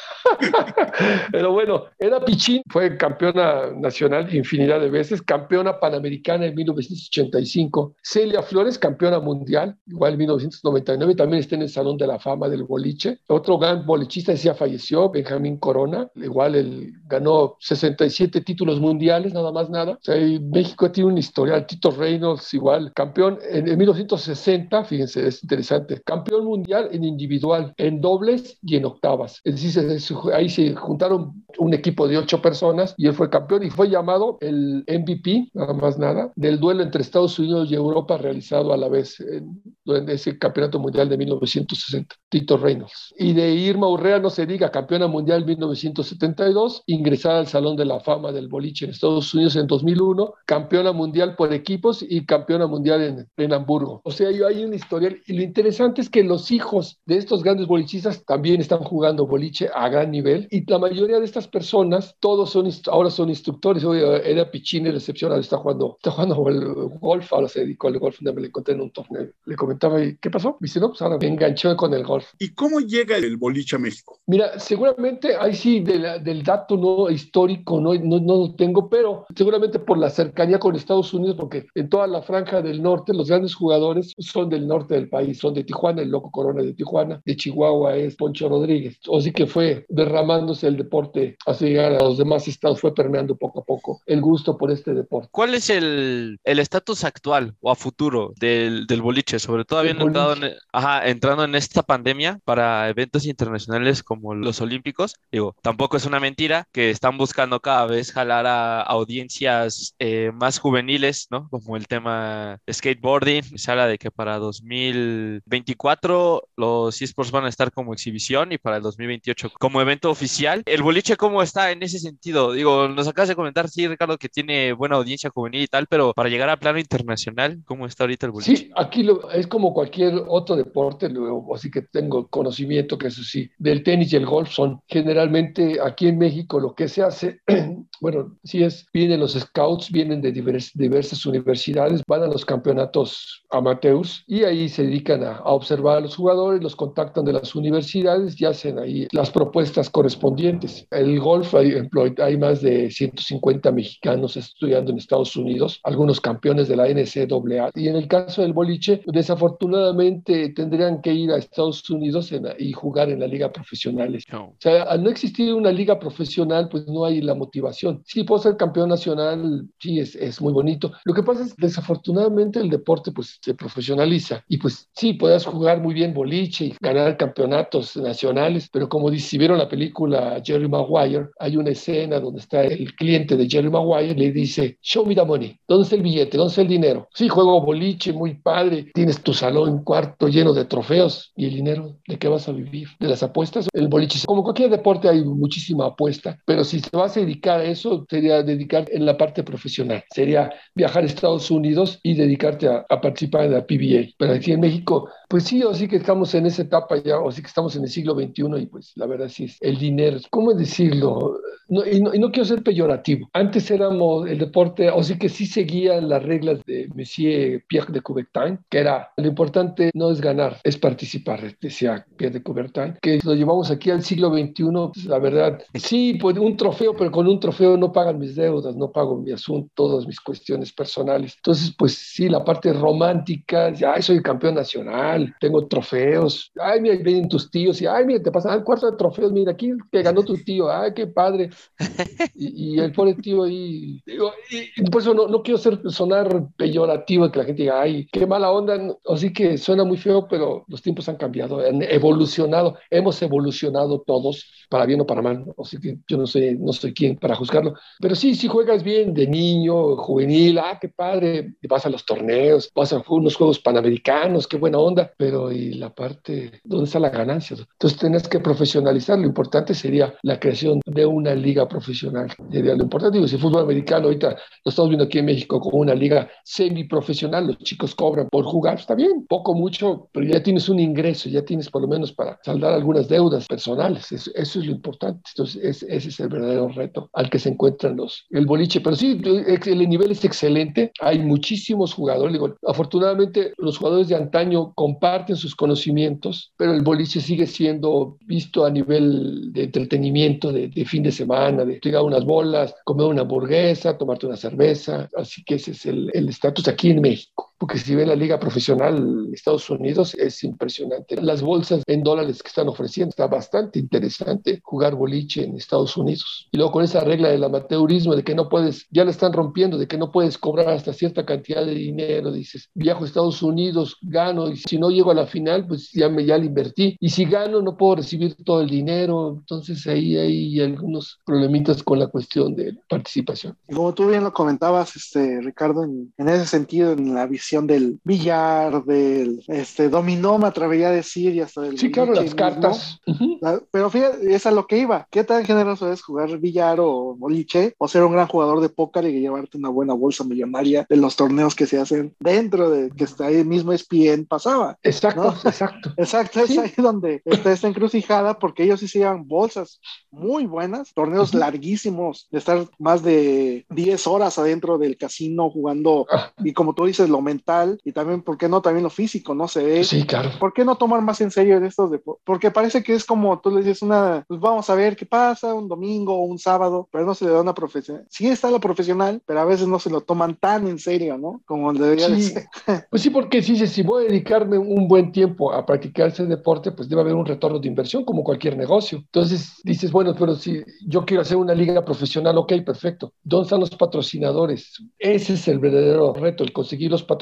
Pero bueno, Eda Piccini fue campeona nacional infinidad de veces, campeona panamericana en mil novecientos ochenta y cinco. Celia Flores, campeona mundial, igual en mil novecientos noventa y nueve, también está en el Salón de la Fama del boliche. Otro gran bolichista ya falleció, Benjamín Corona, igual él ganó sesenta y siete títulos mundiales, nada más nada. O sea, México tiene un historial. Tito Reynolds, igual, campeón en, en mil novecientos sesenta, fíjense, es interesante, campeón mundial en individual, en dobles y en octavas. Es decir, se, ahí se juntaron un equipo de ocho personas y él fue campeón y fue llamado el M V P, nada más nada, del duelo entre Estados Unidos y Europa realizado a la vez en, en ese campeonato mundial de mil novecientos sesenta, Tito Reynolds. Y de Irma Urrea no se diga, campeona mundial en mil novecientos setenta y dos, ingresada al Salón de la Fama del boliche en Estados Unidos en dos mil uno, campeona mundial por equipos y campeona mundial en, en Hamburgo. O sea, hay un historial y lo interesante es que los hijos de estos grandes bolichistas también están jugando boliche a gran nivel y la mayoría de estas personas, todos son ahora son instructores. Era Piccini la excepción, ahora está jugando, está jugando el golf, ahora se dedicó al golf, me lo encontré en un torneo. Le comentaba, ¿qué pasó? Me dice, no, pues ahora me enganchó con el golf. ¿Y cómo llega el boliche a México? Mira, seguramente, ahí sí, de la, del dato no histórico no, no, no lo tengo, pero seguramente por la cercanía con Estados Unidos, porque en toda la franja del norte, los grandes jugadores son del norte del país, son de Tijuana, el Loco Corona de Tijuana, de Chihuahua es Poncho Rodríguez. O sí que fue derramándose el deporte hasta llegar a los demás estados, fue permeando poco a poco el gusto por este deporte. ¿Cuál es el estatus actual o a futuro del, del boliche? Sobre todo habiendo entrado en, ajá, entrando en esta pandemia para eventos internacionales como como los olímpicos. Digo, tampoco es una mentira que están buscando cada vez jalar a audiencias eh, más juveniles, ¿no? Como el tema skateboarding. Se habla de que para dos mil veinticuatro los eSports van a estar como exhibición y para el dos mil veintiocho como evento oficial. ¿El boliche cómo está en ese sentido? Digo, nos acabas de comentar, sí, Ricardo, que tiene buena audiencia juvenil y tal, pero para llegar a plano internacional, ¿cómo está ahorita el boliche? Sí, aquí lo, es como cualquier otro deporte, luego, así que tengo conocimiento que eso sí, del tenis y el golf son generalmente aquí en México lo que se hace, bueno, sí es, vienen los scouts, vienen de divers, diversas universidades, van a los campeonatos amateurs y ahí se dedican a, a observar a los jugadores, los contactan de las universidades y hacen ahí las propuestas correspondientes. El golf, por ejemplo, hay más de ciento cincuenta mexicanos estudiando en Estados Unidos, algunos campeones de la N C A A, y en el caso del boliche, desafortunadamente tendrían que ir a Estados Unidos en, y jugar en la liga profesional. No. O sea, al no existir una liga profesional, pues no hay la motivación. Sí, puedo ser campeón nacional, sí, es, es muy bonito. Lo que pasa es que desafortunadamente el deporte pues se profesionaliza y pues sí, puedes jugar muy bien boliche y ganar campeonatos nacionales, pero como dice, si vieron la película Jerry Maguire, hay una escena donde está el cliente de Jerry Maguire y le dice, show me the money, ¿dónde está el billete? ¿Dónde está el dinero? Sí, juego boliche, muy padre, tienes tu salón, cuarto lleno de trofeos, ¿y el dinero? ¿De qué vas a vivir? ¿De las apuestas? El boliche, como cualquier deporte, hay muchísima apuesta, pero si te vas a dedicar a eso, sería dedicar en la parte profesional, sería viajar a Estados Unidos y dedicarte a, a participar en la P B A. Pero aquí en México, pues sí, o sí que estamos en esa etapa ya, o sí que estamos en el siglo veintiuno y pues la verdad sí es el dinero. ¿Cómo decirlo? No, y, no, y no quiero ser peyorativo. Antes éramos el deporte, o sí que sí seguían las reglas de Monsieur Pierre de Coubertin, que era lo importante no es ganar, es participar, decía Pierre de Coubertin, que lo llevamos aquí al siglo veintiuno, pues, la verdad, sí, pues un trofeo, pero con un trofeo no pagan mis deudas, no pago mi asunto, todas mis cuestiones personales. Entonces, pues sí, la parte romántica, ay, soy campeón nacional, tengo trofeos, ay, mira, vienen tus tíos y, ay, mira, te pasan al cuarto de trofeos, mira, aquí que ganó tu tío, ay, qué padre. Y, y el pobre tío ahí, digo, y, y por eso no, no quiero ser, sonar peyorativo, que la gente diga, ay, qué mala onda, así que suena muy feo, pero los tiempos han cambiado, han evolucionado, hemos evolucionado todos, para bien o para mal, así que yo no soy, no soy quien para juzgarlo, pero sí, si juegas bien de niño, juvenil, ah, qué padre, vas a los torneos, vas a unos Juegos Panamericanos, qué buena onda, pero y la parte, ¿dónde está la ganancia? Entonces tienes que profesionalizar, lo importante sería la creación de una liga profesional, sería lo importante. Digo, si el fútbol americano ahorita lo estamos viendo aquí en México como una liga semiprofesional, los chicos cobran por jugar, está bien, poco, mucho, pero ya tienes un ingreso, ya tienes por lo menos para saldar algunas deudas personales, eso, eso es lo importante. Entonces es, ese es el verdadero reto al que se encuentran los, el boliche, pero sí, el nivel es excelente, hay muchísimos jugadores, digo, afortunadamente los jugadores de antaño comparten sus conocimientos, pero el boliche sigue siendo visto a nivel de entretenimiento, de, de fin de semana, de pegar unas bolas, comer una hamburguesa, tomarte una cerveza, así que ese es el estatus aquí en México. Porque si ven la liga profesional en Estados Unidos es impresionante. Las bolsas en dólares que están ofreciendo, está bastante interesante jugar boliche en Estados Unidos. Y luego con esa regla del amateurismo, de que no puedes, ya la están rompiendo, de que no puedes cobrar hasta cierta cantidad de dinero, dices, viajo a Estados Unidos, gano, y si no llego a la final, pues ya me ya le invertí. Y si gano, no puedo recibir todo el dinero. Entonces ahí hay algunos problemitas con la cuestión de participación. Y como tú bien lo comentabas, este, Ricardo, en, en ese sentido, en la visión del billar, del este, dominó, me atrevería a decir, y hasta del sí, claro, las mismo. cartas. Uh-huh. La, pero fíjate, es a lo que iba. ¿Qué tan generoso es jugar billar o boliche o ser un gran jugador de póker y llevarte una buena bolsa millonaria de los torneos que se hacen dentro de que está ahí mismo E S P N pasaba? Exacto, ¿no? exacto. Exacto, es sí. ahí donde está esta encrucijada, porque ellos sí se llevan bolsas muy buenas, torneos uh-huh. larguísimos, de estar más de diez horas adentro del casino jugando, uh-huh. y como tú dices, lo mental, y también, ¿por qué no? También lo físico, ¿no? Se ve. Sí, claro. ¿Por qué no tomar más en serio de estos deportes? Porque parece que es como tú le dices una, pues vamos a ver qué pasa, un domingo o un sábado, pero no se le da una profesional. Sí está lo profesional, pero a veces no se lo toman tan en serio, ¿no? Como debería sí. de ser. Pues sí, porque si, si voy a dedicarme un buen tiempo a practicar ese deporte, pues debe haber un retorno de inversión como cualquier negocio. Entonces dices, bueno, pero si yo quiero hacer una liga profesional, ok, perfecto. ¿Dónde están los patrocinadores? Ese es el verdadero reto, el conseguir los patrocinadores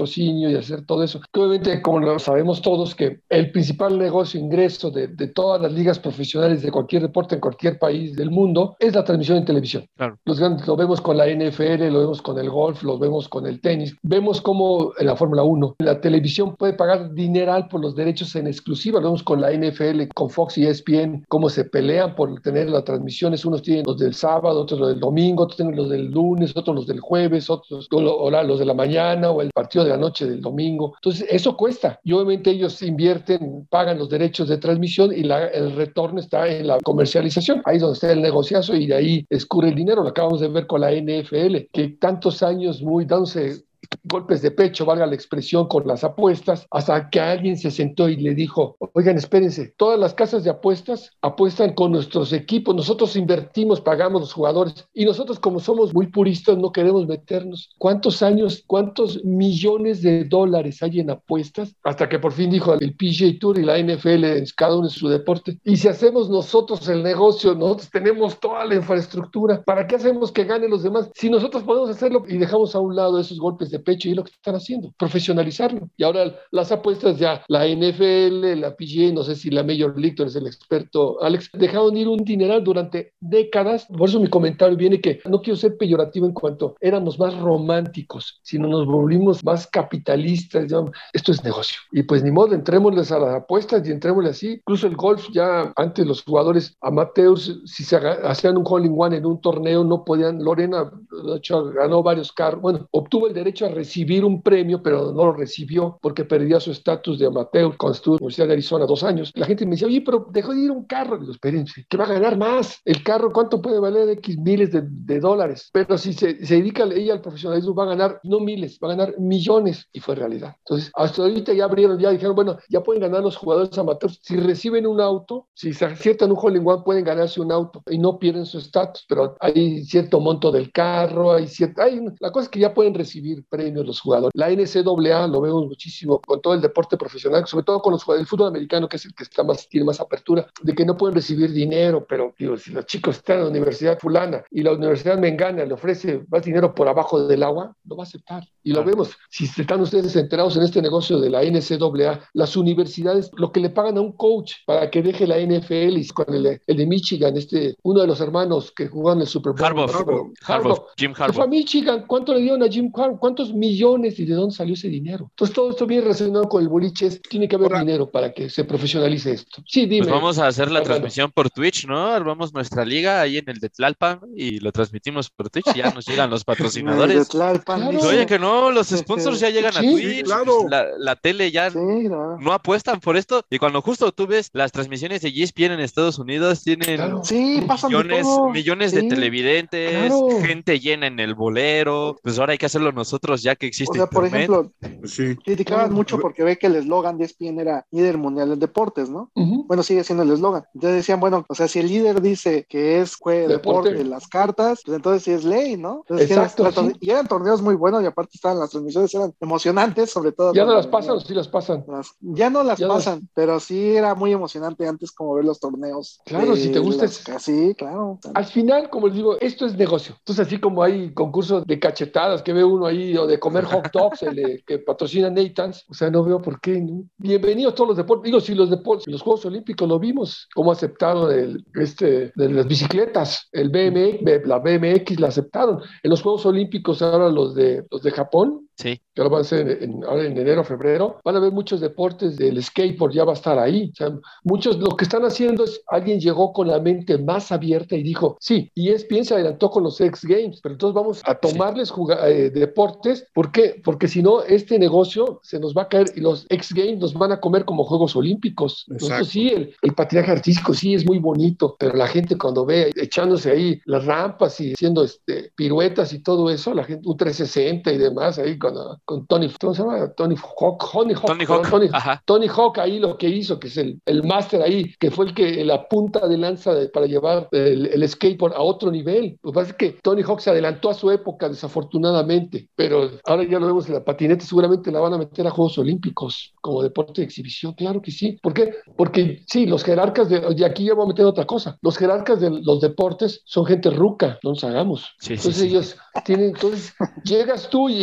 patrocinio y hacer todo eso. Que obviamente, como lo sabemos todos, que el principal negocio, ingreso de, de todas las ligas profesionales de cualquier deporte en cualquier país del mundo es la transmisión en televisión. Claro. Los grandes, lo vemos con la N F L, lo vemos con el golf, lo vemos con el tenis, vemos cómo en la Fórmula uno la televisión puede pagar dineral por los derechos en exclusiva, lo vemos con la N F L, con Fox y E S P N, cómo se pelean por tener las transmisiones, unos tienen los del sábado, otros los del domingo, otros tienen los del lunes, otros los del jueves, otros los de la mañana o el partido de la noche del domingo. Entonces eso cuesta y obviamente ellos invierten, pagan los derechos de transmisión y la, el retorno está en la comercialización. Ahí es donde está el negociazo y de ahí escurre el dinero. Lo acabamos de ver con la N F L, que tantos años muy dándose golpes de pecho, valga la expresión, con las apuestas, hasta que alguien se sentó y le dijo, oigan, espérense, todas las casas de apuestas apuestan con nuestros equipos, nosotros invertimos, pagamos los jugadores, y nosotros como somos muy puristas no queremos meternos. ¿Cuántos años, cuántos millones de dólares hay en apuestas? Hasta que por fin dijo el P G A Tour y la N F L, cada uno en su deporte, y si hacemos nosotros el negocio, nosotros tenemos toda la infraestructura, ¿para qué hacemos que ganen los demás? Si nosotros podemos hacerlo y dejamos a un lado esos golpes de pecho, y lo que están haciendo, profesionalizarlo. Y ahora las apuestas ya, la N F L, la P G A, no sé si la Major League, tú eres el experto, Alex, dejaron ir un dineral durante décadas. Por eso mi comentario viene que no quiero ser peyorativo en cuanto éramos más románticos, sino nos volvimos más capitalistas. Ya, esto es negocio. Y pues ni modo, entrémosles a las apuestas y entrémosle así. Incluso el golf, ya antes los jugadores amateurs, si se hacían un hole in one en un torneo, no podían. Lorena, de hecho, ganó varios carros, bueno, obtuvo el derecho a recibir un premio, pero no lo recibió porque perdía su estatus de amateur cuando estuvo en la Universidad de Arizona dos años. La gente me decía, oye, pero dejó de ir un carro. Digo, espérense, que va a ganar más. El carro, ¿cuánto puede valer? X miles de, de dólares. Pero si se, se dedica ella al profesionalismo, va a ganar no miles, va a ganar millones. Y fue realidad. Entonces, hasta ahorita ya abrieron, ya dijeron, bueno, ya pueden ganar los jugadores amateurs. Si reciben un auto, si se aciertan un hole in one, pueden ganarse un auto y no pierden su estatus. Pero hay cierto monto del carro, hay cierta... Hay, la cosa es que ya pueden recibir premios los jugadores. La N C A A lo vemos muchísimo con todo el deporte profesional, sobre todo con los jugadores del fútbol americano, que es el que está más, tiene más apertura, de que no pueden recibir dinero, pero digo, si los chicos están en la universidad fulana y la universidad mengana le ofrece más dinero por abajo del agua, lo va a aceptar. Y lo vemos, si están ustedes enterados en este negocio de la N C A A, las universidades, lo que le pagan a un coach para que deje la N F L, y con el, el de Michigan, este, uno de los hermanos que jugó en el Super Bowl, Harbaugh, Harbaugh, Harbaugh, Jim Harbaugh. Fue a Michigan, ¿cuánto le dieron a Jim Harbaugh? ¿Cuántos millones y de dónde salió ese dinero? Entonces todo esto viene relacionado con el boliche. Tiene que haber Ahora, dinero para que se profesionalice esto. Sí, dime. Pues vamos a hacer la Fernando. transmisión por Twitch, ¿no? Armamos nuestra liga ahí en el de Tlalpan y lo transmitimos por Twitch y ya nos llegan los patrocinadores. De Tlalpan, Claro. dice. Oye, que no, los sponsors ya llegan a Sí, Twitch, claro. pues, la, la tele ya Sí, claro. no apuestan por esto. Y cuando justo tú ves las transmisiones de E S P N en Estados Unidos, tienen Claro. Sí, pasan de millones, todo. millones Sí. de televidentes, Claro. gente llena en el bolero. Pues ahora hay que hacerlo nosotros ya que existe O sea, por internet. ejemplo, Sí. criticaban Claro. mucho porque ve que el eslogan de E S P N era líder mundial de deportes, ¿no? Uh-huh. Bueno, sigue siendo el eslogan. Entonces decían, bueno, o sea, si el líder dice que es juegue Deporte. deporte, las cartas, pues entonces sí es ley, ¿no? Entonces, Exacto, eran- sí. Y eran torneos muy buenos y aparte estaban las transmisiones, eran emocionantes, sobre todo. ¿Ya no cuando las pasan o venían sí las pasan? las- Ya no las Ya no pasan, pero sí era muy emocionante antes como ver los torneos. Claro, de si te gusta las- es- Sí, claro. Al final, como les digo, esto es negocio. Entonces, así como hay concursos de cachetadas que ve uno ahí, o de comer hot dogs, el, eh, que patrocina Nathan's, o sea, no veo por qué, ¿no? Bienvenidos todos los deportes. Digo, si los deportes, los Juegos Olímpicos lo vimos, cómo aceptaron el, este, de las bicicletas, el B M X, la B M X la aceptaron. En los Juegos Olímpicos ahora los de, los de Japón, Sí. que ahora van a ser en, en- ahora en enero, febrero, van a haber muchos deportes, del skateboard ya va a estar ahí. O sea, muchos lo que están haciendo es, alguien llegó con la mente más abierta y dijo, sí, y E S P N se adelantó con los X Games, pero entonces vamos a tomarles juga- eh, deportes. ¿Por qué? Porque si no, este negocio se nos va a caer y los X Games nos van a comer como Juegos Olímpicos. Exacto. Nosotros sí, el, el patinaje artístico sí es muy bonito, pero la gente cuando ve echándose ahí las rampas y haciendo este, piruetas y todo eso, la gente, un trescientos sesenta y demás ahí con, con Tony, ¿cómo se llama? Tony Hawk, Tony Hawk, Tony Hawk, perdón, Tony, ajá. Tony Hawk ahí lo que hizo, que es el, el máster ahí, que fue el que la punta de lanza de, para llevar el, el skateboard a otro nivel. Lo que pasa es que Tony Hawk se adelantó a su época, desafortunadamente, pero ahora ya lo vemos en la patineta, seguramente la van a meter a Juegos Olímpicos como deporte de exhibición, claro que sí. ¿Por qué? Porque sí, los jerarcas de, y aquí ya voy a meter otra cosa, los jerarcas de los deportes son gente ruca, no nos hagamos. Sí, sí, Entonces sí. ellos tienen, entonces llegas tú y, oye, mira,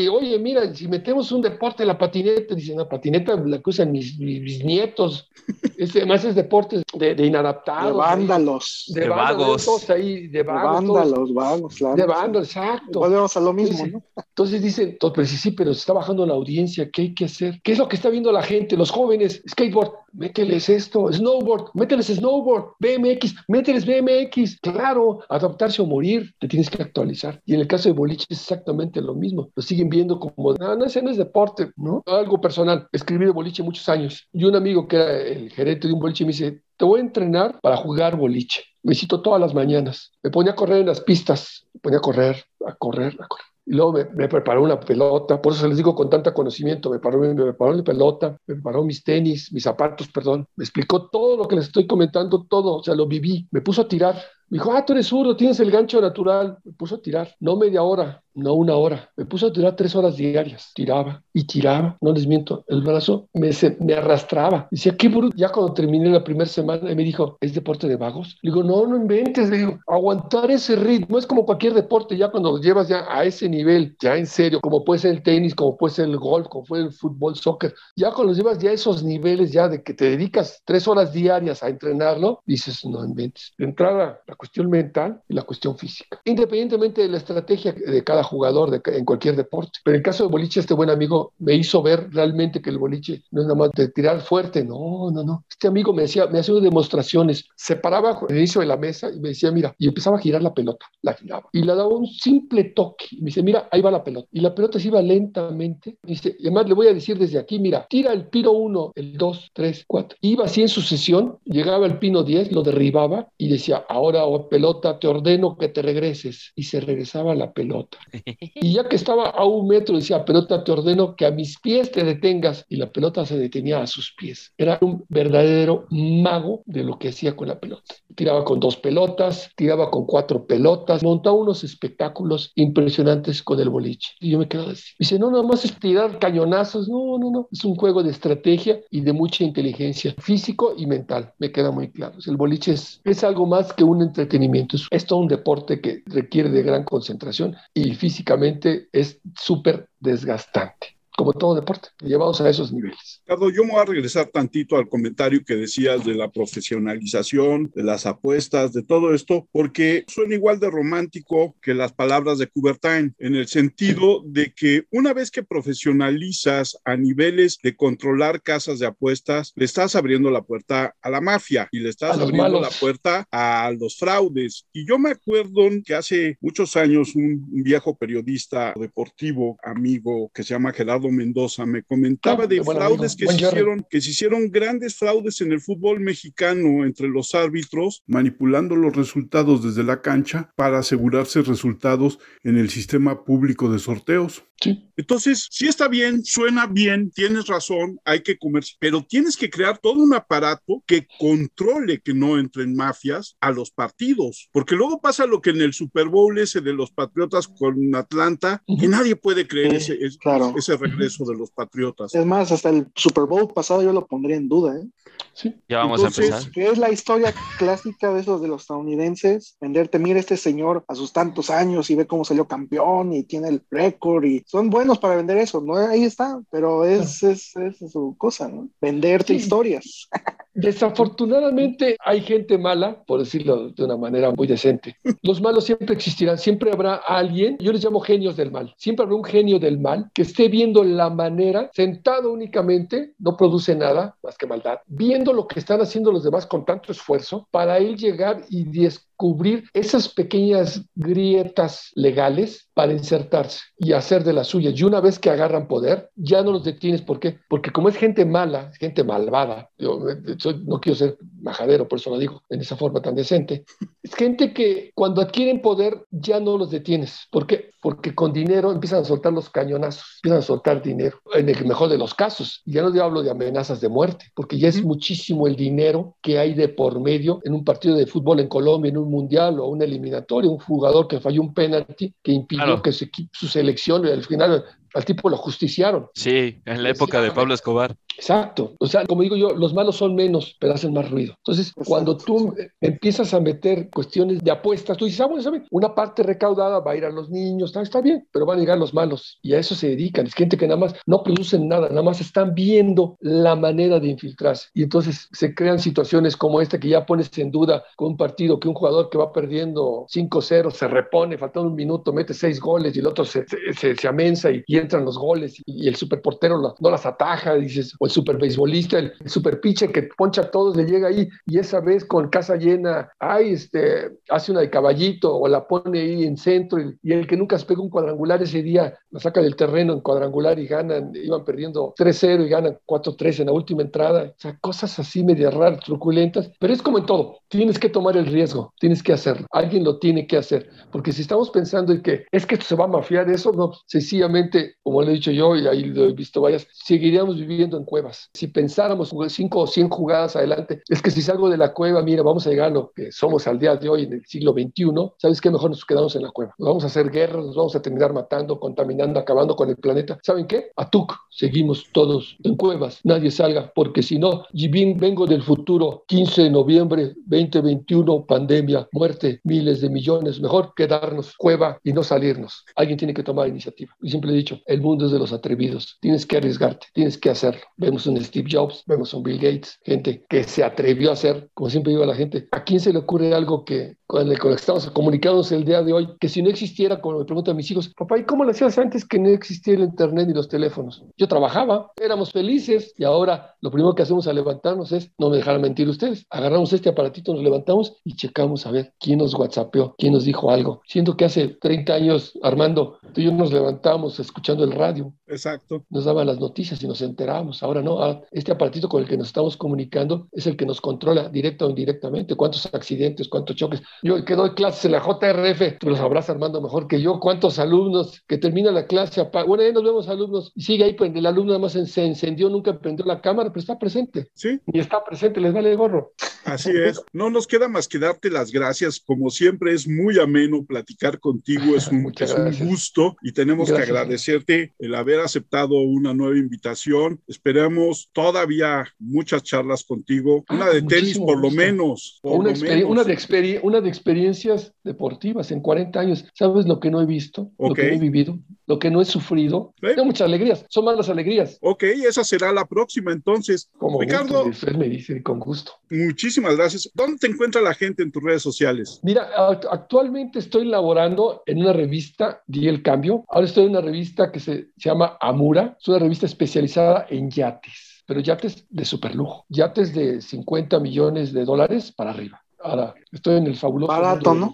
mira, si metemos un deporte, la patineta, dicen, la patineta la que usan mis, mis, mis nietos, es, además es deporte de, de inadaptados. De vándalos. Ahí, de, de vándalos, vagos. Todos ahí, de vagos. De vándalos, todos, vagos, claro. De vándalos, exacto. Volvemos a lo mismo, entonces, ¿no? Entonces dicen, pero sí, sí, pero se está bajando la audiencia, ¿qué hay que hacer? ¿Qué es lo que está viendo la gente? Los jóvenes, skateboard, mételes esto, snowboard, mételes snowboard, B M X, mételes B M X. Claro, adaptarse o morir, te tienes que actualizar. Y en el caso de boliche es exactamente lo mismo. Lo siguen viendo como, no, no, ese no es deporte, ¿no? Algo personal. Escribí de boliche muchos años. Y un amigo que era el gerente de un boliche me dice, te voy a entrenar para jugar boliche. Me cito todas las mañanas. Me ponía a correr en las pistas. Me ponía a correr, a correr, a correr. Y luego me, me preparó una pelota, por eso les digo con tanto conocimiento, me preparó, me preparó mi pelota, me preparó mis tenis, mis zapatos, perdón, me explicó todo lo que les estoy comentando, todo, o sea, lo viví, me puso a tirar, me dijo, ah, tú eres zurdo, tienes el gancho natural, me puso a tirar, no media hora, no una hora, me puso a tirar tres horas diarias, tiraba y tiraba, no les miento, el brazo me, se, me arrastraba, decía, qué bruto, ya cuando terminé la primera semana, me dijo, ¿es deporte de vagos? Le digo, no, no inventes, le digo, aguantar ese ritmo es como cualquier deporte, ya cuando lo llevas ya a ese nivel, ya en serio, como puede ser el tenis, como puede ser el golf, como puede el fútbol, soccer, ya cuando los llevas ya a esos niveles, ya de que te dedicas tres horas diarias a entrenarlo, dices, no inventes, de entrada, la cuestión mental y la cuestión física, independientemente de la estrategia de cada jugador de, en cualquier deporte. Pero en el caso de boliche, este buen amigo me hizo ver realmente que el boliche no es nada más de tirar fuerte, no, no, no. Este amigo me hacía, me hacía demostraciones, se paraba al inicio de la mesa y me decía, mira, y empezaba a girar la pelota, la giraba, y le daba un simple toque, y me dice, mira, ahí va la pelota, y la pelota se iba lentamente, y dice, y además le voy a decir desde aquí, mira, tira el pino uno, el dos, tres, cuatro, iba así en sucesión, llegaba el pino diez, lo derribaba, y decía, ahora, oh, pelota, te ordeno que te regreses, y se regresaba la pelota. Y ya que estaba a un metro, decía, pelota, te ordeno que a mis pies te detengas. Y la pelota se detenía a sus pies. Era un verdadero mago de lo que hacía con la pelota. Tiraba con dos pelotas, tiraba con cuatro pelotas, montaba unos espectáculos impresionantes con el boliche. Y yo me quedo así. Dice, no, nada más es tirar cañonazos. No, no, no. Es un juego de estrategia y de mucha inteligencia físico y mental. Me queda muy claro. El boliche es, es algo más que un entretenimiento. Es, es todo un deporte que requiere de gran concentración y físicamente es súper desgastante, como todo deporte, llevados a esos niveles. Ricardo, yo me voy a regresar tantito al comentario que decías de la profesionalización, de las apuestas, de todo esto, porque suena igual de romántico que las palabras de Coubertin, en el sentido de que una vez que profesionalizas a niveles de controlar casas de apuestas, le estás abriendo la puerta a la mafia y le estás abriendo la puerta a los fraudes. Y yo me acuerdo que hace muchos años un, un viejo periodista deportivo, amigo, que se llama Gerardo Mendoza, me comentaba ah, de fraudes que se, hicieron, que se hicieron grandes fraudes en el fútbol mexicano entre los árbitros, manipulando los resultados desde la cancha para asegurarse resultados en el sistema público de sorteos. Sí. Entonces, sí está bien, suena bien, tienes razón, hay que comer, pero tienes que crear todo un aparato que controle que no entren mafias a los partidos, porque luego pasa lo que en el Super Bowl ese de los Patriotas con Atlanta, uh-huh. que nadie puede creer sí, ese, claro. ese regreso uh-huh. de los Patriotas. Es más, hasta el Super Bowl pasado yo lo pondría en duda, ¿eh? Sí. Ya vamos Entonces, a empezar. ¿qué es la historia clásica de esos de los estadounidenses? Venderte, mira este señor a sus tantos años y ve cómo salió campeón y tiene el récord y son buenos para vender eso, ¿no? Ahí está, pero es, es, es, es su cosa, ¿no? Venderte sí. historias. Desafortunadamente hay gente mala, por decirlo de una manera muy decente. Los malos siempre existirán, siempre habrá alguien, yo les llamo genios del mal, siempre habrá un genio del mal que esté viendo la manera, sentado únicamente, no produce nada más que maldad, viendo lo que están haciendo los demás con tanto esfuerzo para él llegar y descubrir esas pequeñas grietas legales para insertarse y hacer de las suyas. Y una vez que agarran poder, ya no los detienes. ¿Por qué? Porque como es gente mala, gente malvada, yo, yo no quiero ser majadero, por eso lo digo en esa forma tan decente, es gente que cuando adquieren poder ya no los detienes. ¿Por qué? Porque con dinero empiezan a soltar los cañonazos, empiezan a soltar dinero, en el mejor de los casos. Ya no hablo de amenazas de muerte, porque ya es muchísimo el dinero que hay de por medio en un partido de fútbol en Colombia, en un mundial o un eliminatorio, un jugador que falló un penalti que impidió claro. que su, su selección al final al tipo lo justiciaron. Sí, en la época de Pablo Escobar. Exacto. O sea, como digo yo, los malos son menos, pero hacen más ruido. Entonces, exacto, cuando tú empiezas a meter cuestiones de apuestas, tú dices, ah, bueno, ¿saben? Una parte recaudada va a ir a los niños, está, está bien, pero van a llegar los malos. Y a eso se dedican. Es gente que nada más no producen nada, nada más están viendo la manera de infiltrarse. Y entonces se crean situaciones como esta que ya pones en duda con un partido, que un jugador que va perdiendo cinco cero se repone, faltando un minuto, mete seis goles y el otro se, se, se, se amensa y, y entran los goles y, y el superportero no, no las ataja, dices, o el super beisbolista, el, el super pitcher que poncha a todos, le llega ahí y esa vez con casa llena, ay, este, hace una de caballito o la pone ahí en centro y, y el que nunca se pega un cuadrangular ese día, la saca del terreno en cuadrangular y ganan, iban perdiendo tres cero y ganan cuatro tres en la última entrada. O sea, cosas así medio raras, truculentas, pero es como en todo, tienes que tomar el riesgo, tienes que hacerlo, alguien lo tiene que hacer, porque si estamos pensando en que es que esto se va a mafiar, eso no, sencillamente, como le he dicho yo y ahí lo he visto varias, seguiríamos viviendo en cuevas. Si pensáramos cinco o cien jugadas adelante, es que si salgo de la cueva, mira, vamos a llegar a lo que somos al día de hoy en el siglo veintiuno, ¿sabes qué? Mejor nos quedamos en la cueva, nos vamos a hacer guerras, nos vamos a terminar matando, contaminando, acabando con el planeta. ¿Saben qué? Atuk, seguimos todos en cuevas, nadie salga, porque si no, y vengo del futuro, quince de noviembre veinte veintiuno, pandemia, muerte, miles de millones, mejor quedarnos cueva y no salirnos. Alguien tiene que tomar iniciativa. Y siempre he dicho, el mundo es de los atrevidos, tienes que arriesgarte, tienes que hacerlo. Vemos un Steve Jobs, vemos un Bill Gates, gente que se atrevió a hacer, como siempre digo a la gente, ¿a quién se le ocurre algo que con el, con el que estamos comunicados el día de hoy, que si no existiera, como me preguntan mis hijos, papá, ¿y cómo lo hacías antes que no existía el internet ni los teléfonos? Yo trabajaba, éramos felices y ahora lo primero que hacemos al levantarnos es, no me dejarán mentir ustedes, agarramos este aparatito, nos levantamos y checamos a ver quién nos whatsappeó, quién nos dijo algo. Siento que hace treinta años, Armando, tú y yo nos levantamos escuchando el radio. Exacto. Nos daban las noticias y nos enterábamos. Ahora no, ahora este aparatito con el que nos estamos comunicando es el que nos controla directa o indirectamente. ¿Cuántos accidentes, cuántos choques? Yo que doy clases en la J R F, tú lo sabrás, Armando, mejor que yo. ¿Cuántos alumnos que termina la clase? Bueno, ahí nos vemos alumnos y sigue ahí, pues el alumno nada más se encendió, nunca prendió la cámara, pero está presente. Sí. Y está presente, les vale gorro. Así es. No nos queda más que darte las gracias. Como siempre, es muy ameno platicar contigo. Es un, es un gusto y tenemos gracias. que agradecerte el haber aceptado una nueva invitación. Esperamos todavía muchas charlas contigo. Una de tenis, por lo menos. Por una, lo exper- menos. Una, de exper- una de experiencias deportivas en cuarenta años. ¿Sabes lo que no he visto? Okay. Lo que no he vivido, lo que no he sufrido. ¿Eh? Tengo muchas alegrías. Son más las alegrías. Ok, esa será la próxima entonces. Como Ricardo. Gusto, él me dice, con gusto. Muchísimas gracias. ¿Dónde te encuentra la gente en tus redes sociales? Mira, actualmente estoy laborando en una revista, di el cambio. Ahora estoy en una revista que se, se llama Amura. Es una revista especializada en yates, pero yates de superlujo. Yates de cincuenta millones de dólares para arriba. Ahora, estoy en el fabuloso... Barato, ¿no?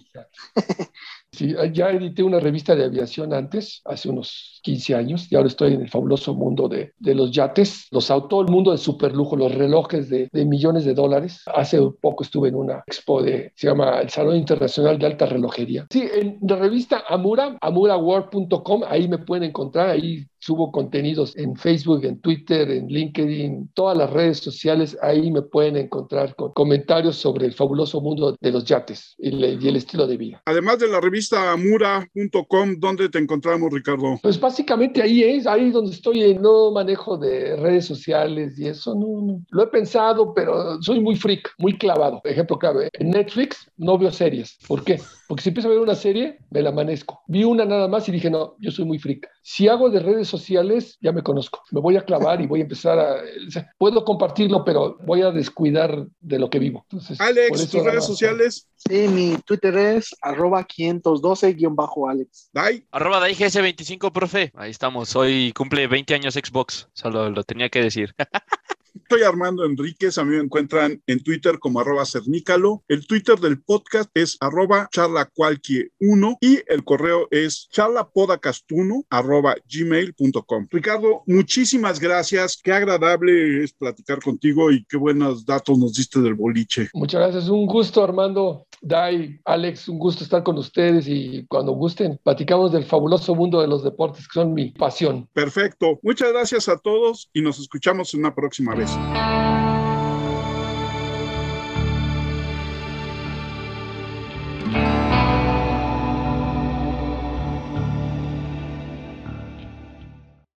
Sí, ya edité una revista de aviación antes, hace unos quince años, y ahora estoy en el fabuloso mundo de, de los yates, los autos, todo el mundo de superlujo, los relojes de, de millones de dólares. Hace poco estuve en una expo de, se llama el Salón Internacional de Alta Relojería. Sí, en la revista Amura, amura world punto com, ahí me pueden encontrar, ahí subo contenidos en Facebook, en Twitter, en LinkedIn, todas las redes sociales, ahí me pueden encontrar con comentarios sobre el fabuloso mundo de los yates y, le, y el estilo de vida. Además de la revista amura punto com, ¿dónde te encontramos, Ricardo? Pues básicamente ahí es, ahí donde estoy, no manejo de redes sociales y eso, no, no. Lo he pensado, pero soy muy freak, muy clavado. Por ejemplo, claro, en Netflix no veo series. ¿Por qué? Porque si empiezo a ver una serie, me la amanezco. Vi una nada más y dije, no, yo soy muy freak. Si hago de redes sociales, ya me conozco. Me voy a clavar y voy a empezar a... O sea, puedo compartirlo, pero voy a descuidar de lo que vivo. Entonces, Alex, ¿tus redes sociales? Sí, mi Twitter es arroba quinientos doce guión bajo Alex. Dai. Arroba Dai G S veinticinco, profe. Ahí estamos. Hoy cumple veinte años Xbox. Solo lo tenía que decir. Soy Armando Enríquez, a mí me encuentran en Twitter como arroba cernícalo, el Twitter del podcast es arroba charlacualquie uno y el correo es charlapodacastuno arroba gmail punto com. Ricardo, muchísimas gracias, qué agradable es platicar contigo y qué buenos datos nos diste del boliche. Muchas gracias, un gusto, Armando, Dai, Alex, un gusto estar con ustedes y cuando gusten platicamos del fabuloso mundo de los deportes que son mi pasión. Perfecto, muchas gracias a todos y nos escuchamos en una próxima vez.